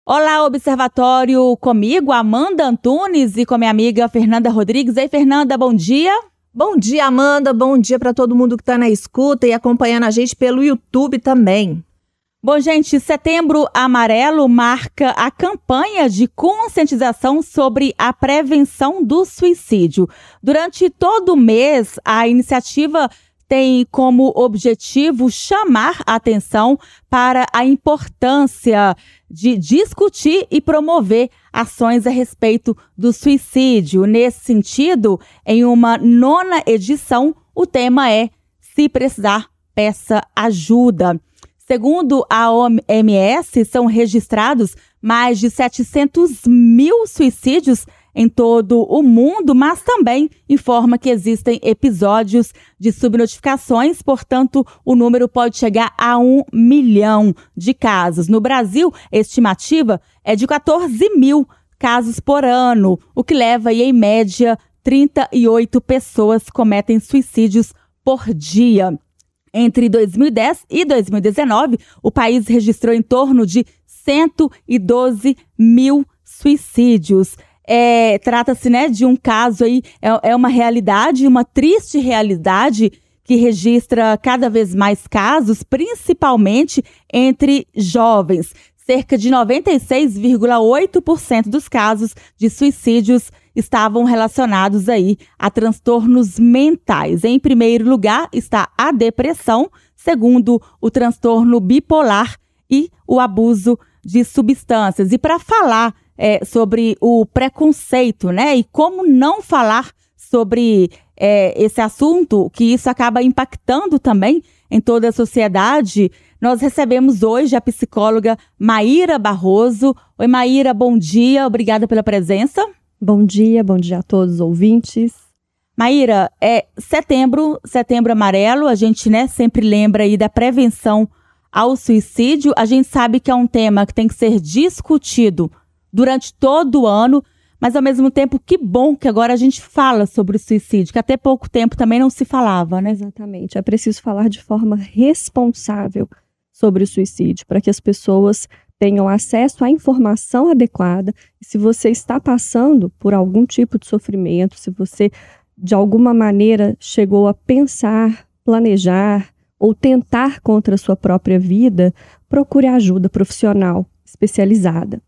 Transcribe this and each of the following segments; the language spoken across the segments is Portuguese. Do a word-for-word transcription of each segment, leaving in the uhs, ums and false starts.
Olá, Observatório, comigo, Amanda Antunes, e com a minha amiga Fernanda Rodrigues. Ei, Fernanda, bom dia. Bom dia, Amanda. Bom dia para todo mundo que está na escuta e acompanhando a gente pelo YouTube também. Bom, gente, Setembro Amarelo marca a campanha de conscientização sobre a prevenção do suicídio. Durante todo o mês, a iniciativa tem como objetivo chamar a atenção para a importância de discutir e promover ações a respeito do suicídio. Nesse sentido, em uma nona edição, o tema é "Se precisar, peça ajuda". Segundo a O M S, são registrados mais de setecentos mil suicídios em todo o mundo, mas também informa que existem episódios de subnotificações, portanto, o número pode chegar a um milhão de casos. No Brasil, a estimativa é de quatorze mil casos por ano, o que leva aí, em média, trinta e oito pessoas cometem suicídios por dia. Entre dois mil e dez e dois mil e dezenove, o país registrou em torno de cento e doze mil suicídios. É, trata-se, né, de um caso aí, é, é uma realidade, uma triste realidade que registra cada vez mais casos, principalmente entre jovens. Cerca de noventa e seis vírgula oito por cento dos casos de suicídios estavam relacionados aí a transtornos mentais. Em primeiro lugar está a depressão, segundo o transtorno bipolar e o abuso de substâncias. E para falar É, sobre o preconceito, né? E como não falar sobre é, esse assunto, que isso acaba impactando também em toda a sociedade, nós recebemos hoje a psicóloga Maíra Barroso. Oi, Maíra, bom dia, obrigada pela presença. Bom dia, bom dia a todos os ouvintes. Maíra, é setembro, setembro amarelo, a gente, né, sempre lembra aí da prevenção ao suicídio. A gente sabe que é um tema que tem que ser discutido durante todo o ano, mas ao mesmo tempo, que bom que agora a gente fala sobre o suicídio, que até pouco tempo também não se falava, né? Exatamente, é preciso falar de forma responsável sobre o suicídio, para que as pessoas tenham acesso à informação adequada. E se você está passando por algum tipo de sofrimento, se você de alguma maneira chegou a pensar, planejar ou tentar contra a sua própria vida, procure ajuda profissional especializada.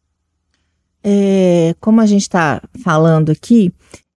É, como a gente está falando aqui,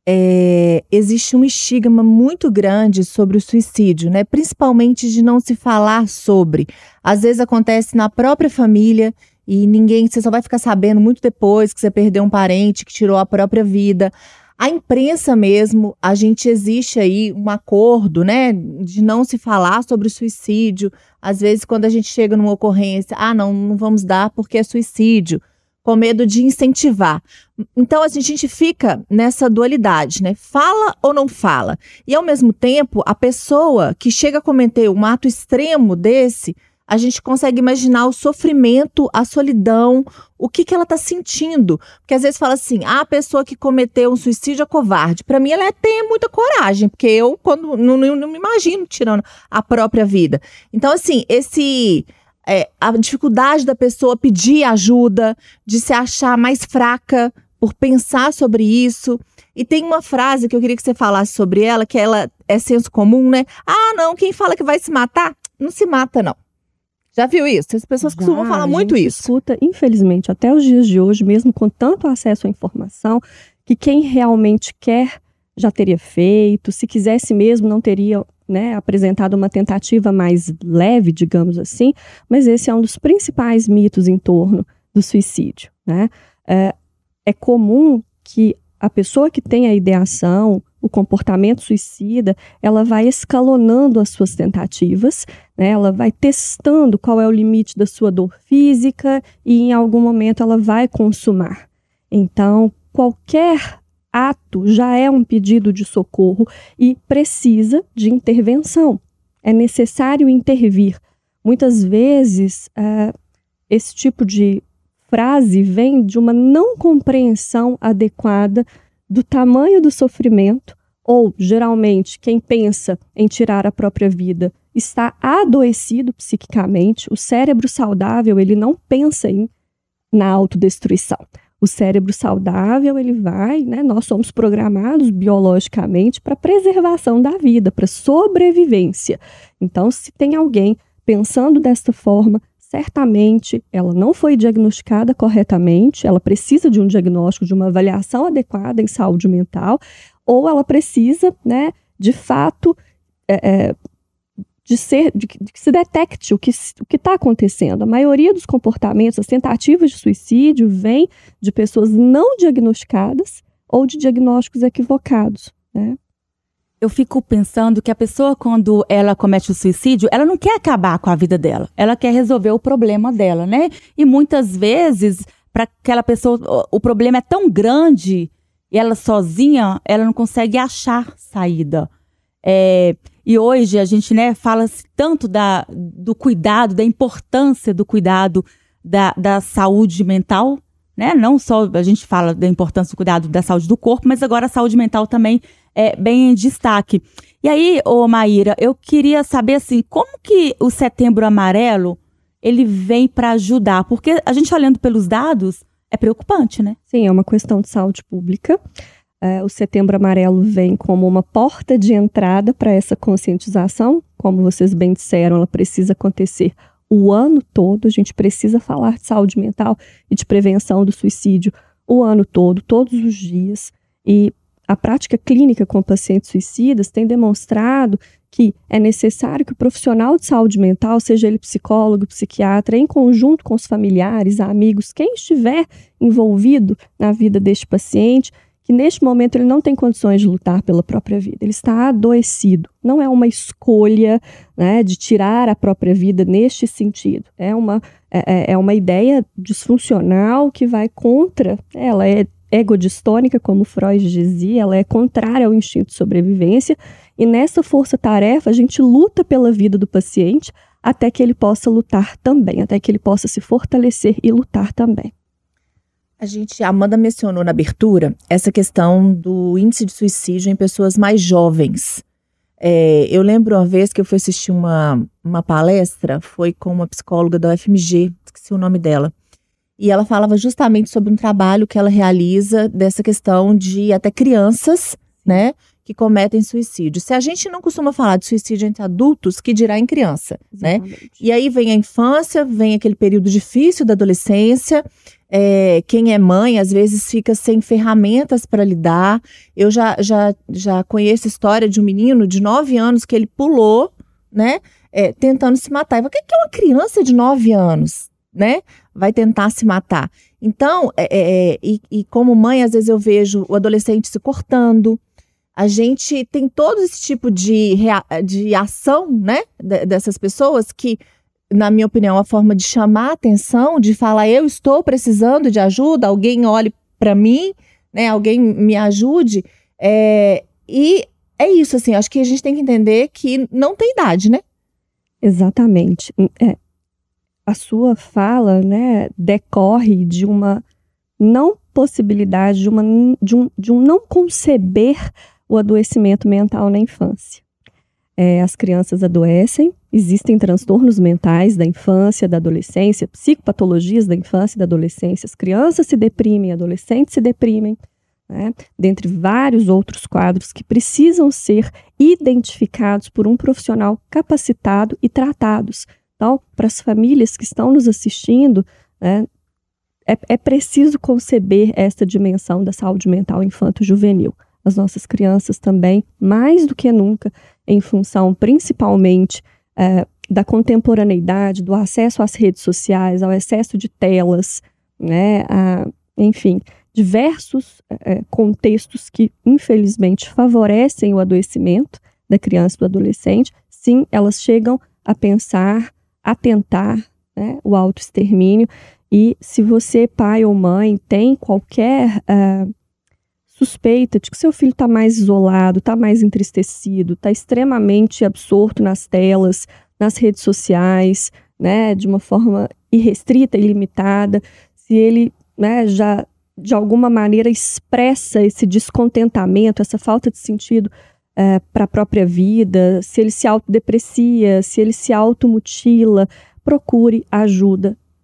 é, existe um estigma muito grande sobre o suicídio, né? Principalmente de não se falar sobre. Às vezes acontece na própria família e ninguém, você só vai ficar sabendo muito depois que você perdeu um parente que tirou a própria vida. A imprensa mesmo, a gente existe aí um acordo, né, de não se falar sobre o suicídio. Às vezes quando a gente chega numa ocorrência, ah não, não vamos dar porque é suicídio, com medo de incentivar. Então, assim, a gente fica nessa dualidade, né? Fala ou não fala? E, ao mesmo tempo, a pessoa que chega a cometer um ato extremo desse, a gente consegue imaginar o sofrimento, a solidão, o que, que ela está sentindo. Porque, às vezes, fala assim, ah, a pessoa que cometeu um suicídio é covarde. Para mim, ela tem muita coragem, porque eu quando, não, não, não me imagino tirando a própria vida. Então, assim, esse... É, a dificuldade da pessoa pedir ajuda, de se achar mais fraca por pensar sobre isso. E tem uma frase que eu queria que você falasse sobre ela, que ela é senso comum, né? Ah, não, quem fala que vai se matar, não se mata, não. Já viu isso? As pessoas costumam falar muito isso. Escuta, infelizmente, até os dias de hoje, mesmo com tanto acesso à informação, que quem realmente quer já teria feito, se quisesse mesmo não teria, né, apresentado uma tentativa mais leve, digamos assim, mas esse é um dos principais mitos em torno do suicídio, né? É, é comum que a pessoa que tem a ideação, o comportamento suicida, ela vai escalonando as suas tentativas, né? Ela vai testando qual é o limite da sua dor física e em algum momento ela vai consumar. Então, qualquer ato já é um pedido de socorro e precisa de intervenção. É necessário intervir. Muitas vezes, uh, esse tipo de frase vem de uma não compreensão adequada do tamanho do sofrimento, ou, geralmente, quem pensa em tirar a própria vida está adoecido psiquicamente. O cérebro saudável, ele não pensa em na autodestruição. O cérebro saudável, ele vai, né, nós somos programados biologicamente para preservação da vida, para sobrevivência. Então, se tem alguém pensando desta forma, certamente ela não foi diagnosticada corretamente, ela precisa de um diagnóstico, de uma avaliação adequada em saúde mental, ou ela precisa, né, de fato, é, é, de, ser, de, de que se detecte o que o que está acontecendo. A maioria dos comportamentos, as tentativas de suicídio, vem de pessoas não diagnosticadas ou de diagnósticos equivocados, né? Eu fico pensando que a pessoa, quando ela comete o suicídio, ela não quer acabar com a vida dela. Ela quer resolver o problema dela, né? E muitas vezes, para aquela pessoa, o, o problema é tão grande, e ela sozinha, ela não consegue achar saída. É, e hoje a gente, né, fala tanto da, do cuidado, da importância do cuidado da, da saúde mental, né? Não só a gente fala da importância do cuidado da saúde do corpo, mas agora a saúde mental também é bem em destaque. E aí, ô Maíra, eu queria saber assim, como que o Setembro Amarelo ele vem para ajudar? Porque a gente olhando pelos dados é preocupante, né? Sim, é uma questão de saúde pública. É, o Setembro Amarelo vem como uma porta de entrada para essa conscientização. Como vocês bem disseram, ela precisa acontecer o ano todo. A gente precisa falar de saúde mental e de prevenção do suicídio o ano todo, todos os dias. E a prática clínica com pacientes suicidas tem demonstrado que é necessário que o profissional de saúde mental, seja ele psicólogo, psiquiatra, em conjunto com os familiares, amigos, quem estiver envolvido na vida deste paciente, que neste momento ele não tem condições de lutar pela própria vida, ele está adoecido. Não é uma escolha, né, de tirar a própria vida neste sentido. É uma, é, é uma ideia disfuncional que vai contra, ela é egodistônica, como Freud dizia, ela é contrária ao instinto de sobrevivência, e nessa força-tarefa a gente luta pela vida do paciente até que ele possa lutar também, até que ele possa se fortalecer e lutar também. A gente, a Amanda mencionou na abertura essa questão do índice de suicídio em pessoas mais jovens. É, eu lembro uma vez que eu fui assistir uma, uma palestra, foi com uma psicóloga da U F M G, esqueci o nome dela, e ela falava justamente sobre um trabalho que ela realiza dessa questão de até crianças, né, que cometem suicídio. Se a gente não costuma falar de suicídio entre adultos, que dirá em criança, exatamente, né? E aí vem a infância, vem aquele período difícil da adolescência. É, quem é mãe, às vezes, fica sem ferramentas para lidar. Eu já, já, já conheço a história de um menino de nove anos que ele pulou, né, é, tentando se matar. E o que é uma criança de nove anos, né, vai tentar se matar? Então, é, é, e, e como mãe, às vezes eu vejo o adolescente se cortando. A gente tem todo esse tipo de, rea- de ação, né, d- dessas pessoas que, na minha opinião, é uma forma de chamar a atenção, de falar, eu estou precisando de ajuda, alguém olhe para mim, né, alguém me ajude. É, e é isso, assim, acho que a gente tem que entender que não tem idade, né? Exatamente. É, a sua fala, né, decorre de uma não possibilidade, de, uma, de, um, de um não conceber o adoecimento mental na infância. É, as crianças adoecem, existem transtornos mentais da infância, da adolescência, psicopatologias da infância e da adolescência. As crianças se deprimem, adolescentes se deprimem, né? Dentre vários outros quadros que precisam ser identificados por um profissional capacitado e tratados. Então, para as famílias que estão nos assistindo, né, é, é preciso conceber essa dimensão da saúde mental infanto-juvenil. As nossas crianças também, mais do que nunca, em função principalmente é, da contemporaneidade, do acesso às redes sociais, ao excesso de telas, né, a, enfim, diversos é, contextos que, infelizmente, favorecem o adoecimento da criança e do adolescente. Sim, elas chegam a pensar, a tentar, né, o autoextermínio. E se você, pai ou mãe, tem qualquer uh, suspeita de que seu filho está mais isolado, está mais entristecido, está extremamente absorto nas telas, nas redes sociais, né, de uma forma irrestrita e ilimitada, se ele, né, já de alguma maneira expressa esse descontentamento, essa falta de sentido uh, para a própria vida, se ele se autodeprecia, se ele se automutila, procure ajuda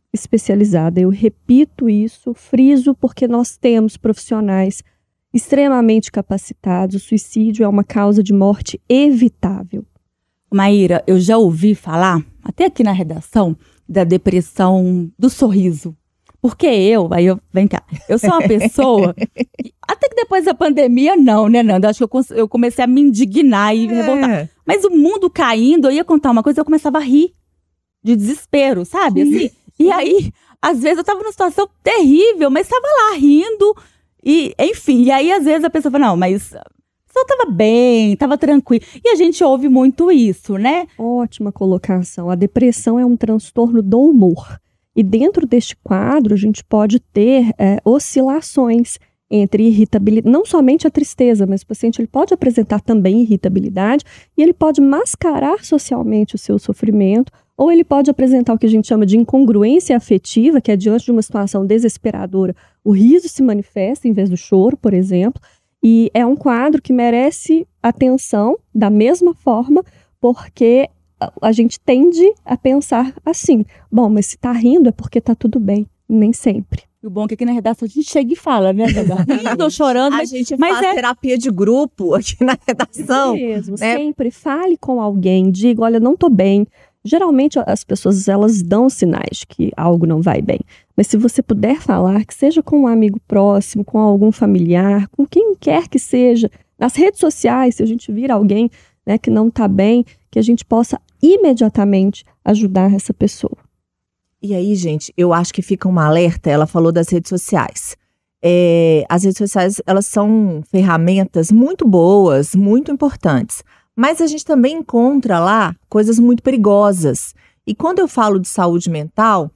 especializada. Eu repito isso, friso, porque nós temos profissionais extremamente capacitados. O suicídio é uma causa de morte evitável. Maíra, eu já ouvi falar, até aqui na redação, da depressão do sorriso. Porque eu, aí eu, vem cá, eu sou uma pessoa, que, até que depois da pandemia não, né, Nanda? Acho que eu, eu comecei a me indignar e é. revoltar. Mas o mundo caindo, eu ia contar uma coisa, eu começava a rir de desespero, sabe? Assim, e aí, às vezes eu tava numa situação terrível, mas tava lá rindo, e enfim, e aí às vezes a pessoa fala, não, mas a pessoa tava bem, tava tranquila. E a gente ouve muito isso, né? Ótima colocação. A depressão é um transtorno do humor. E dentro deste quadro, a gente pode ter é, oscilações entre irritabilidade, não somente a tristeza, mas o paciente ele pode apresentar também irritabilidade e ele pode mascarar socialmente o seu sofrimento, ou ele pode apresentar o que a gente chama de incongruência afetiva, que é diante de uma situação desesperadora, o riso se manifesta em vez do choro, por exemplo, e é um quadro que merece atenção da mesma forma, porque a gente tende a pensar assim, bom, mas se tá rindo é porque tá tudo bem, nem sempre. O bom é que aqui na redação a gente chega e fala, né? Rindo, chorando. A mas, gente mas faz é... terapia de grupo aqui na redação. É mesmo, né? Sempre fale com alguém, diga, olha, não tô bem. Geralmente as pessoas, elas dão sinais de que algo não vai bem. Mas se você puder falar, que seja com um amigo próximo, com algum familiar, com quem quer que seja, nas redes sociais, se a gente vir alguém, né, que não tá bem, que a gente possa imediatamente ajudar essa pessoa. E aí, gente, eu acho que fica um alerta, ela falou das redes sociais. É, as redes sociais, elas são ferramentas muito boas, muito importantes, mas a gente também encontra lá coisas muito perigosas. E quando eu falo de saúde mental,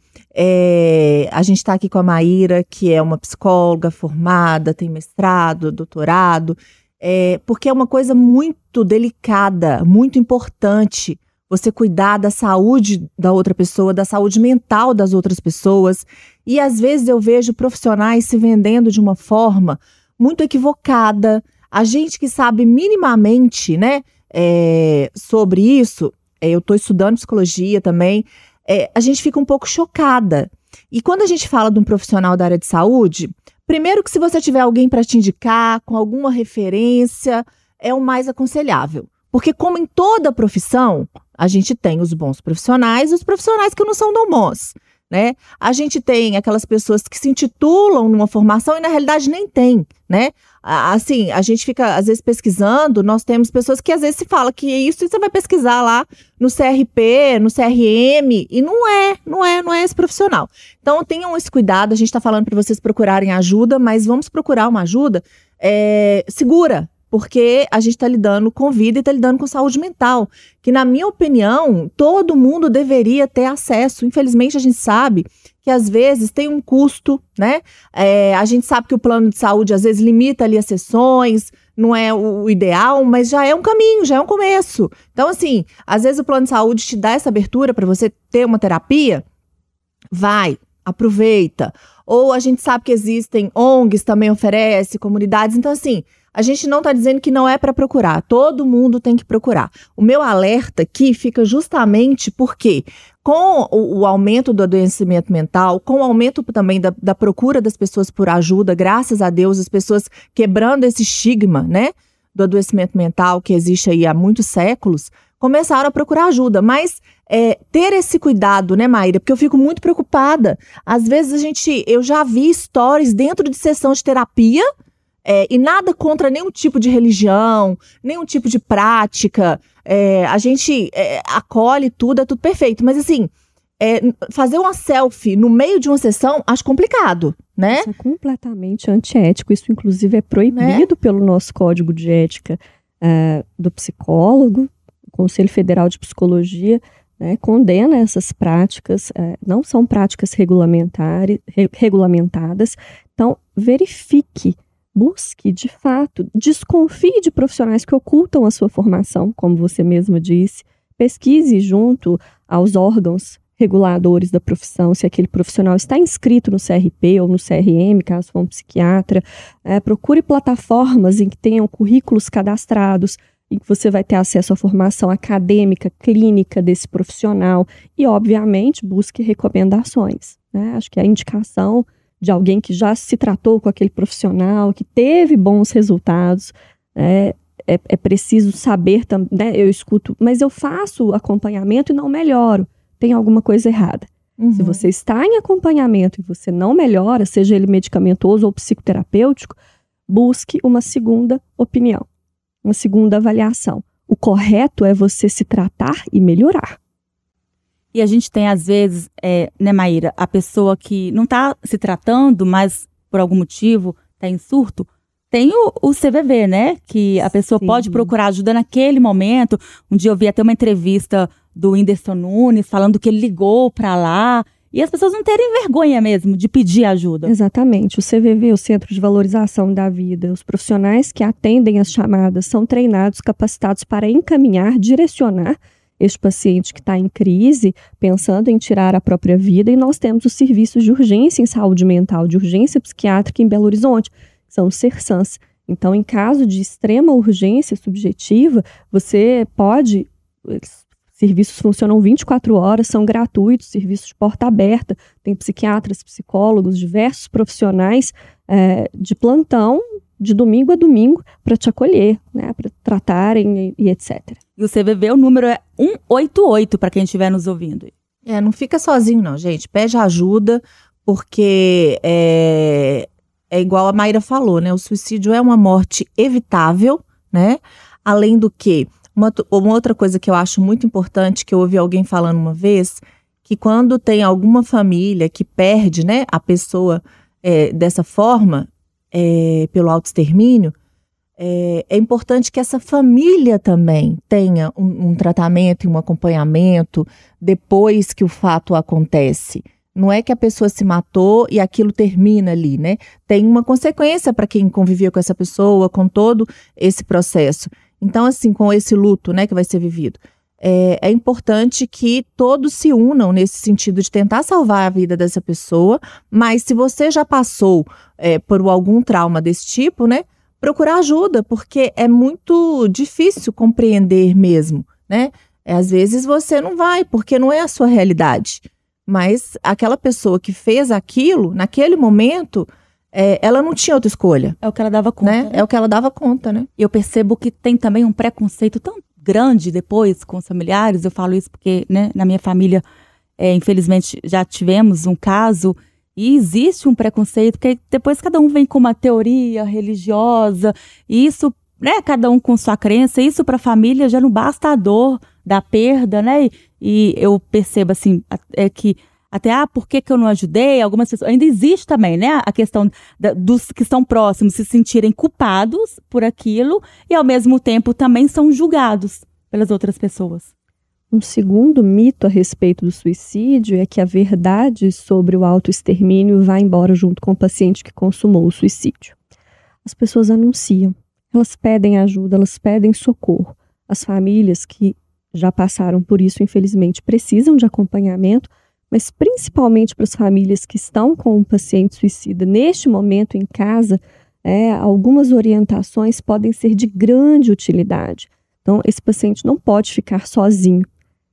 é, a gente está aqui com a Maíra, que é uma psicóloga formada, tem mestrado, doutorado, é, porque é uma coisa muito delicada, muito importante, você cuidar da saúde da outra pessoa, da saúde mental das outras pessoas. E às vezes eu vejo profissionais se vendendo de uma forma muito equivocada. A gente que sabe minimamente, né, é, sobre isso, é, eu estou estudando psicologia também, é, a gente fica um pouco chocada. E quando a gente fala de um profissional da área de saúde, primeiro que se você tiver alguém para te indicar, com alguma referência, é o mais aconselhável. Porque como em toda profissão, a gente tem os bons profissionais e os profissionais que não são tão bons, né? A gente tem aquelas pessoas que se intitulam numa formação e na realidade nem tem, né? Assim, a gente fica às vezes pesquisando, nós temos pessoas que às vezes se fala que é isso e você vai pesquisar lá no C R P, no C R M e não é, não é, não é esse profissional. Então tenham esse cuidado, a gente está falando para vocês procurarem ajuda, mas vamos procurar uma ajuda é, segura, porque a gente está lidando com vida e está lidando com saúde mental, que na minha opinião, todo mundo deveria ter acesso. Infelizmente a gente sabe que às vezes tem um custo, né? É, a gente sabe que o plano de saúde às vezes limita ali as sessões, não é o ideal, mas já é um caminho, já é um começo. Então assim, às vezes o plano de saúde te dá essa abertura para você ter uma terapia, vai, aproveita. Ou a gente sabe que existem O N Gs também oferecem, comunidades, então assim, a gente não está dizendo que não é para procurar, todo mundo tem que procurar. O meu alerta aqui fica justamente porque com o, o aumento do adoecimento mental, com o aumento também da, da procura das pessoas por ajuda, graças a Deus, as pessoas quebrando esse estigma, né, do adoecimento mental que existe aí há muitos séculos, começaram a procurar ajuda, mas é, ter esse cuidado, né, Maíra, porque eu fico muito preocupada. Às vezes a gente, eu já vi stories dentro de sessão de terapia, É, e nada contra nenhum tipo de religião, nenhum tipo de prática, é, a gente é, acolhe tudo, é tudo perfeito, mas assim, é, fazer uma selfie no meio de uma sessão, acho complicado, né? Isso é completamente antiético, isso inclusive é proibido, né, pelo nosso Código de Ética uh, do psicólogo, o Conselho Federal de Psicologia, né, condena essas práticas, uh, não são práticas regulamentares, re, regulamentadas, então verifique, busque, de fato, desconfie de profissionais que ocultam a sua formação, como você mesma disse, pesquise junto aos órgãos reguladores da profissão, se aquele profissional está inscrito no C R P ou no C R M, caso for um psiquiatra, é, procure plataformas em que tenham currículos cadastrados, em que você vai ter acesso à formação acadêmica, clínica desse profissional e, obviamente, busque recomendações, né? Acho que a indicação de alguém que já se tratou com aquele profissional, que teve bons resultados, né? é, é preciso saber também, né? Eu escuto, mas eu faço acompanhamento e não melhoro. Tem alguma coisa errada. Uhum. Se você está em acompanhamento e você não melhora, seja ele medicamentoso ou psicoterapêutico, busque uma segunda opinião, uma segunda avaliação. O correto é você se tratar e melhorar. E a gente tem, às vezes, é, né, Maíra, a pessoa que não está se tratando, mas por algum motivo está em surto, tem o, o C V V, né? Que a pessoa Sim. pode procurar ajuda naquele momento. Um dia eu vi até uma entrevista do Whindersson Nunes falando que ele ligou para lá. E as pessoas não terem vergonha mesmo de pedir ajuda. Exatamente. O C V V, o Centro de Valorização da Vida, os profissionais que atendem as chamadas são treinados, capacitados para encaminhar, direcionar este paciente que está em crise, pensando em tirar a própria vida. E nós temos os serviços de urgência em saúde mental, de urgência psiquiátrica em Belo Horizonte, que são os SERSANS. Então, em caso de extrema urgência subjetiva, você pode... Serviços funcionam vinte e quatro horas, são gratuitos, serviços de porta aberta, tem psiquiatras, psicólogos, diversos profissionais é, de plantão, de domingo a domingo, para te acolher, né, para tratarem e, e etcétera. E o C V V, o número é um oito oito, para quem estiver nos ouvindo. É, não fica sozinho não, gente, pede ajuda, porque é, é igual a Maíra falou, né, o suicídio é uma morte evitável, né, além do que... Uma, uma outra coisa que eu acho muito importante, que eu ouvi alguém falando uma vez, que quando tem alguma família que perde, né, a pessoa é, dessa forma, é, pelo autoextermínio, é, é importante que essa família também tenha um, um tratamento e um acompanhamento depois que o fato acontece. Não é que a pessoa se matou e aquilo termina ali, né? Tem uma consequência para quem convivia com essa pessoa, com todo esse processo. Então, assim, com esse luto, né, que vai ser vivido, é, é importante que todos se unam nesse sentido de tentar salvar a vida dessa pessoa, mas se você já passou é, por algum trauma desse tipo, né, procurar ajuda, porque é muito difícil compreender mesmo, né? É, às vezes você não vai, porque não é a sua realidade, mas aquela pessoa que fez aquilo, naquele momento... É, ela não tinha outra escolha. É o que ela dava conta. Né? Né? É o que ela dava conta, né? E eu percebo que tem também um preconceito tão grande depois com os familiares. Eu falo isso porque, né, na minha família, é, infelizmente, já tivemos um caso e existe um preconceito, porque depois cada um vem com uma teoria religiosa, e isso, né, cada um com sua crença, isso para a família já não basta a dor da perda, né? E, e eu percebo, assim, é que até, ah, por que que eu não ajudei? Algumas pessoas... Ainda existe também, né? A questão da, dos que estão próximos se sentirem culpados por aquilo e, ao mesmo tempo, também são julgados pelas outras pessoas. Um segundo mito a respeito do suicídio é que a verdade sobre o autoextermínio vai embora junto com o paciente que consumou o suicídio. As pessoas anunciam, elas pedem ajuda, elas pedem socorro. As famílias que já passaram por isso, infelizmente, precisam de acompanhamento, mas principalmente para as famílias que estão com um paciente suicida neste momento em casa, é, algumas orientações podem ser de grande utilidade. Então, esse paciente não pode ficar sozinho,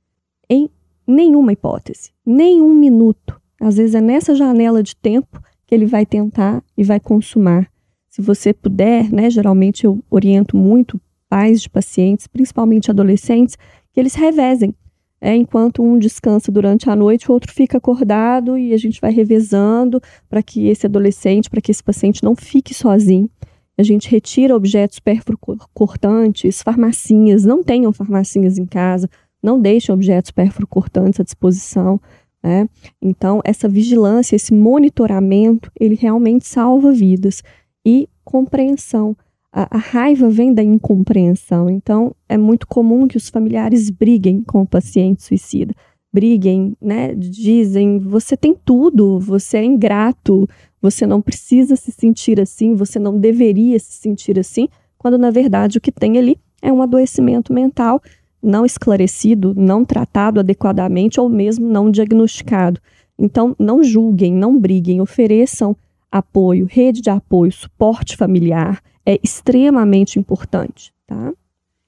em nenhuma hipótese, nem um minuto. Às vezes é nessa janela de tempo que ele vai tentar e vai consumar. Se você puder, né, geralmente eu oriento muito pais de pacientes, principalmente adolescentes, que eles revezem. É, enquanto um descansa durante a noite, o outro fica acordado e a gente vai revezando para que esse adolescente, para que esse paciente não fique sozinho. A gente retira objetos perfuro-cortantes, farmacinhas, não tenham farmacinhas em casa, não deixem objetos perfuro-cortantes à disposição. Né? Então, essa vigilância, esse monitoramento, ele realmente salva vidas. E compreensão. A, a raiva vem da incompreensão, então é muito comum que os familiares briguem com o paciente suicida, briguem, né, dizem, você tem tudo, você é ingrato, você não precisa se sentir assim, você não deveria se sentir assim, quando na verdade o que tem ali é um adoecimento mental não esclarecido, não tratado adequadamente ou mesmo não diagnosticado. Então não julguem, não briguem, ofereçam apoio, rede de apoio, suporte familiar, é extremamente importante, tá?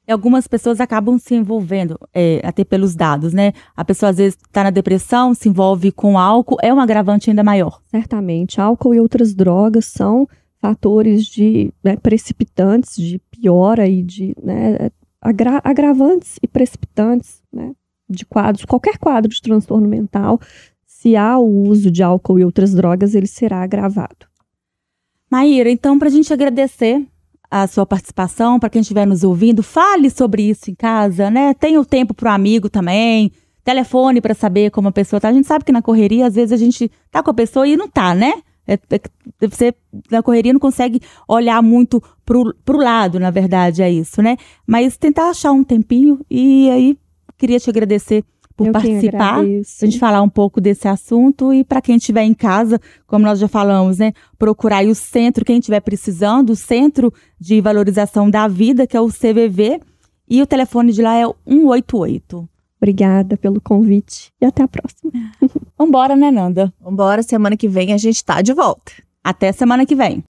Algumas pessoas acabam se envolvendo, é, até pelos dados, né? A pessoa às vezes está na depressão, se envolve com álcool, é um agravante ainda maior. Certamente. Álcool e outras drogas são fatores de né, precipitantes, de piora e de né, agra agravantes e precipitantes né, de quadros, qualquer quadro de transtorno mental. Se há o uso de álcool e outras drogas, ele será agravado. Maíra, então, para a gente agradecer a sua participação, para quem estiver nos ouvindo, fale sobre isso em casa, né? Tenha o tempo para o amigo também, telefone para saber como a pessoa tá. A gente sabe que na correria, às vezes a gente tá com a pessoa e não tá, né? É, é, você, na correria, não consegue olhar muito pro, pro lado, na verdade, é isso, né? Mas tentar achar um tempinho e aí queria te agradecer por Eu participar, a gente falar um pouco desse assunto e para quem estiver em casa, como nós já falamos, né, procurar aí o centro, quem estiver precisando, o Centro de Valorização da Vida, que é o C V V, e o telefone de lá é o um oito oito. Obrigada pelo convite e até a próxima. Vambora, né, Nanda? Vambora, semana que vem a gente tá de volta. Até semana que vem.